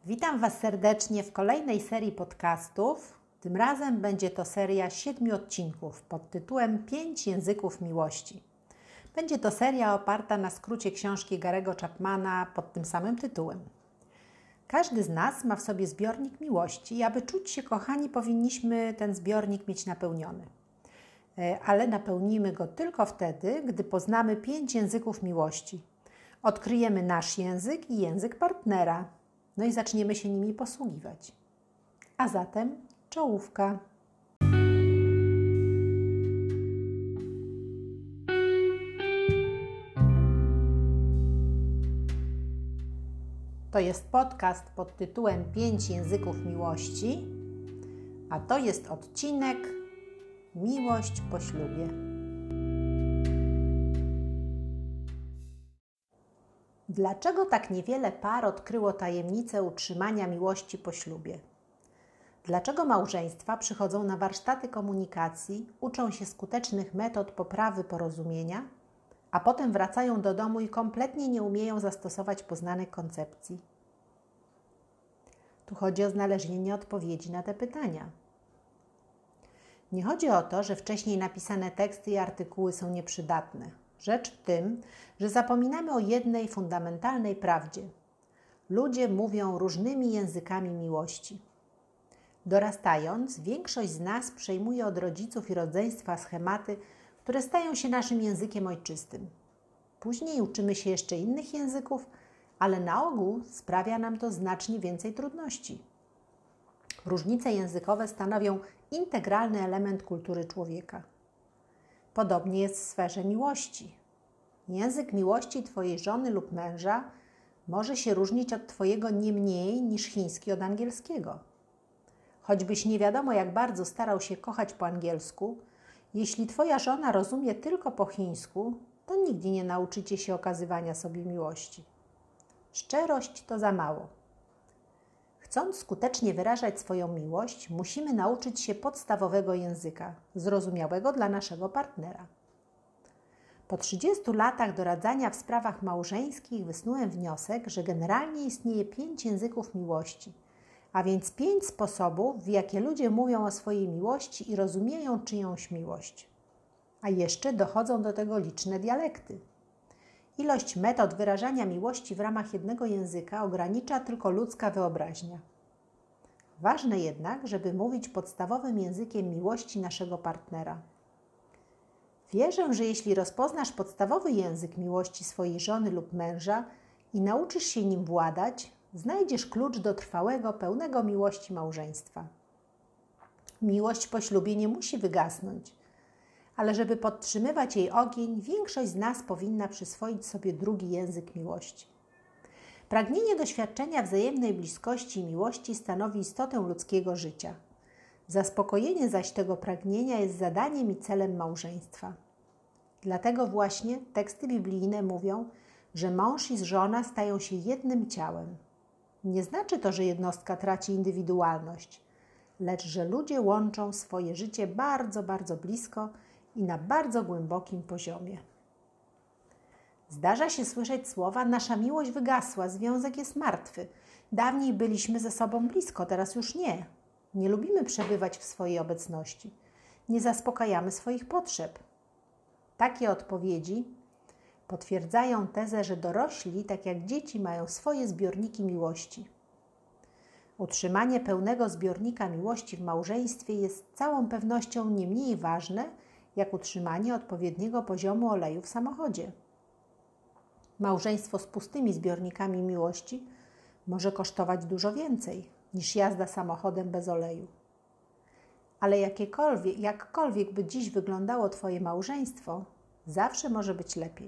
Witam Was serdecznie w kolejnej serii podcastów. Tym razem będzie to seria 7 odcinków pod tytułem 5 języków miłości. Będzie to seria oparta na skrócie książki Gary'ego Chapmana pod tym samym tytułem. Każdy z nas ma w sobie zbiornik miłości i aby czuć się kochani, powinniśmy ten zbiornik mieć napełniony. Ale napełnimy go tylko wtedy, gdy poznamy 5 języków miłości. Odkryjemy nasz język i język partnera. No i zaczniemy się nimi posługiwać. A zatem czołówka. To jest podcast pod tytułem 5 języków miłości, a to jest odcinek Miłość po ślubie. Dlaczego tak niewiele par odkryło tajemnicę utrzymania miłości po ślubie? Dlaczego małżeństwa przychodzą na warsztaty komunikacji, uczą się skutecznych metod poprawy porozumienia, a potem wracają do domu i kompletnie nie umieją zastosować poznanych koncepcji? Tu chodzi o znalezienie odpowiedzi na te pytania. Nie chodzi o to, że wcześniej napisane teksty i artykuły są nieprzydatne. Rzecz w tym, że zapominamy o jednej fundamentalnej prawdzie. Ludzie mówią różnymi językami miłości. Dorastając, większość z nas przejmuje od rodziców i rodzeństwa schematy, które stają się naszym językiem ojczystym. Później uczymy się jeszcze innych języków, ale na ogół sprawia nam to znacznie więcej trudności. Różnice językowe stanowią integralny element kultury człowieka. Podobnie jest w sferze miłości. Język miłości Twojej żony lub męża może się różnić od Twojego nie mniej niż chiński od angielskiego. Choćbyś nie wiadomo jak bardzo starał się kochać po angielsku, jeśli Twoja żona rozumie tylko po chińsku, to nigdy nie nauczycie się okazywania sobie miłości. Szczerość to za mało. Chcąc skutecznie wyrażać swoją miłość, musimy nauczyć się podstawowego języka, zrozumiałego dla naszego partnera. Po 30 latach doradzania w sprawach małżeńskich wysnułem wniosek, że generalnie istnieje 5 języków miłości, a więc 5 sposobów, w jakie ludzie mówią o swojej miłości i rozumieją czyjąś miłość. A jeszcze dochodzą do tego liczne dialekty. Ilość metod wyrażania miłości w ramach jednego języka ogranicza tylko ludzka wyobraźnia. Ważne jednak, żeby mówić podstawowym językiem miłości naszego partnera. Wierzę, że jeśli rozpoznasz podstawowy język miłości swojej żony lub męża i nauczysz się nim władać, znajdziesz klucz do trwałego, pełnego miłości małżeństwa. Miłość po ślubie nie musi wygasnąć, ale żeby podtrzymywać jej ogień, większość z nas powinna przyswoić sobie drugi język miłości. Pragnienie doświadczenia wzajemnej bliskości i miłości stanowi istotę ludzkiego życia. Zaspokojenie zaś tego pragnienia jest zadaniem i celem małżeństwa. Dlatego właśnie teksty biblijne mówią, że mąż i żona stają się jednym ciałem. Nie znaczy to, że jednostka traci indywidualność, lecz że ludzie łączą swoje życie bardzo, bardzo blisko i na bardzo głębokim poziomie. Zdarza się słyszeć słowa: nasza miłość wygasła, związek jest martwy. Dawniej byliśmy ze sobą blisko, teraz już nie. Nie lubimy przebywać w swojej obecności. Nie zaspokajamy swoich potrzeb. Takie odpowiedzi potwierdzają tezę, że dorośli, tak jak dzieci, mają swoje zbiorniki miłości. Utrzymanie pełnego zbiornika miłości w małżeństwie jest z całą pewnością nie mniej ważne, jak utrzymanie odpowiedniego poziomu oleju w samochodzie. Małżeństwo z pustymi zbiornikami miłości może kosztować dużo więcej niż jazda samochodem bez oleju. Ale jakkolwiek by dziś wyglądało Twoje małżeństwo, zawsze może być lepiej.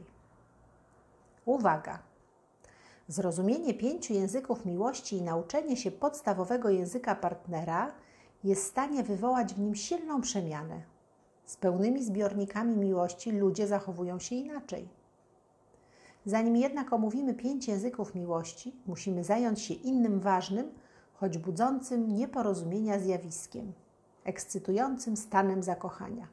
Uwaga! Zrozumienie 5 języków miłości i nauczenie się podstawowego języka partnera jest w stanie wywołać w nim silną przemianę. Z pełnymi zbiornikami miłości ludzie zachowują się inaczej. Zanim jednak omówimy 5 języków miłości, musimy zająć się innym ważnym, choć budzącym nieporozumienia zjawiskiem, ekscytującym stanem zakochania.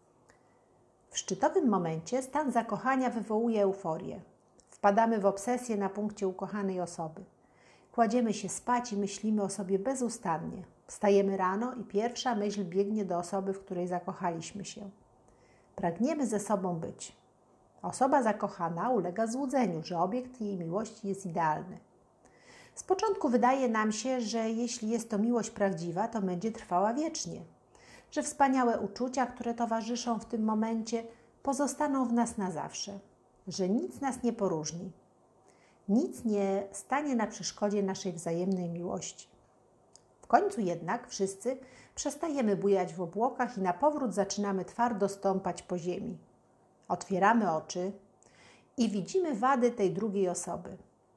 W szczytowym momencie stan zakochania wywołuje euforię. Wpadamy w obsesję na punkcie ukochanej osoby. Kładziemy się spać i myślimy o sobie bezustannie. Wstajemy rano i pierwsza myśl biegnie do osoby, w której zakochaliśmy się. Pragniemy ze sobą być. Osoba zakochana ulega złudzeniu, że obiekt jej miłości jest idealny. Z początku wydaje nam się, że jeśli jest to miłość prawdziwa, to będzie trwała wiecznie. Że wspaniałe uczucia, które towarzyszą w tym momencie, pozostaną w nas na zawsze. Że nic nas nie poróżni. Nic nie stanie na przeszkodzie naszej wzajemnej miłości. W końcu jednak wszyscy przestajemy bujać w obłokach i na powrót zaczynamy twardo stąpać po ziemi. Otwieramy oczy i widzimy wady tej drugiej osoby.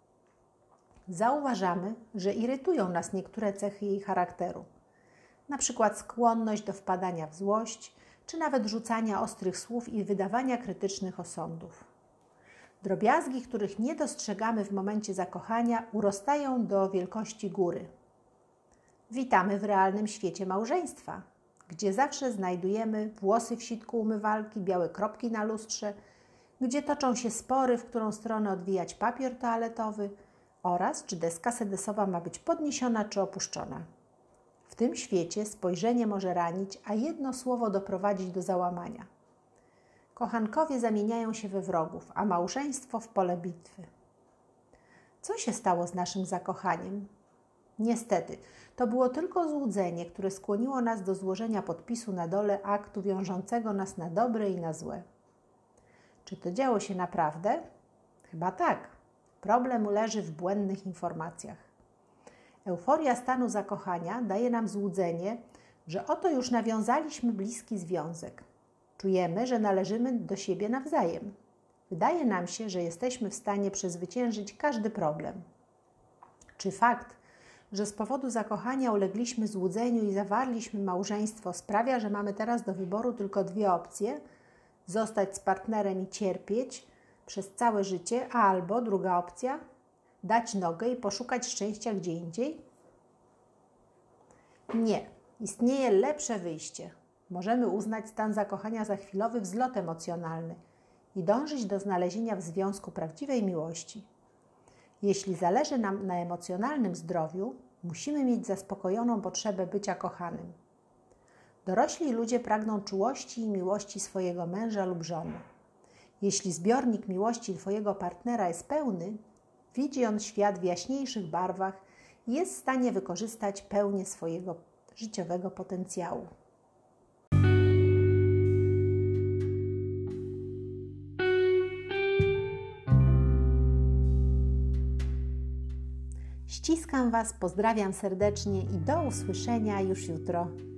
Zauważamy, że irytują nas niektóre cechy jej charakteru. Na przykład skłonność do wpadania w złość, czy nawet rzucania ostrych słów i wydawania krytycznych osądów. Drobiazgi, których nie dostrzegamy w momencie zakochania, urostają do wielkości góry. Witamy w realnym świecie małżeństwa, gdzie zawsze znajdujemy włosy w sitku umywalki, białe kropki na lustrze, gdzie toczą się spory, w którą stronę odwijać papier toaletowy oraz czy deska sedesowa ma być podniesiona czy opuszczona. W tym świecie spojrzenie może ranić, a jedno słowo doprowadzić do załamania. Kochankowie zamieniają się we wrogów, a małżeństwo w pole bitwy. Co się stało z naszym zakochaniem? Niestety, to było tylko złudzenie, które skłoniło nas do złożenia podpisu na dole aktu wiążącego nas na dobre i na złe. Czy to działo się naprawdę? Chyba tak. Problem leży w błędnych informacjach. Euforia stanu zakochania daje nam złudzenie, że oto już nawiązaliśmy bliski związek. Czujemy, że należymy do siebie nawzajem. Wydaje nam się, że jesteśmy w stanie przezwyciężyć każdy problem. Czy fakt, że z powodu zakochania ulegliśmy złudzeniu i zawarliśmy małżeństwo, sprawia, że mamy teraz do wyboru tylko dwie opcje: zostać z partnerem i cierpieć przez całe życie, albo druga opcja, dać nogę i poszukać szczęścia gdzie indziej? Nie. Istnieje lepsze wyjście. Możemy uznać stan zakochania za chwilowy wzlot emocjonalny i dążyć do znalezienia w związku prawdziwej miłości. Jeśli zależy nam na emocjonalnym zdrowiu, musimy mieć zaspokojoną potrzebę bycia kochanym. Dorośli ludzie pragną czułości i miłości swojego męża lub żony. Jeśli zbiornik miłości Twojego partnera jest pełny, widzi on świat w jaśniejszych barwach i jest w stanie wykorzystać pełnię swojego życiowego potencjału. Ściskam Was, pozdrawiam serdecznie i do usłyszenia już jutro.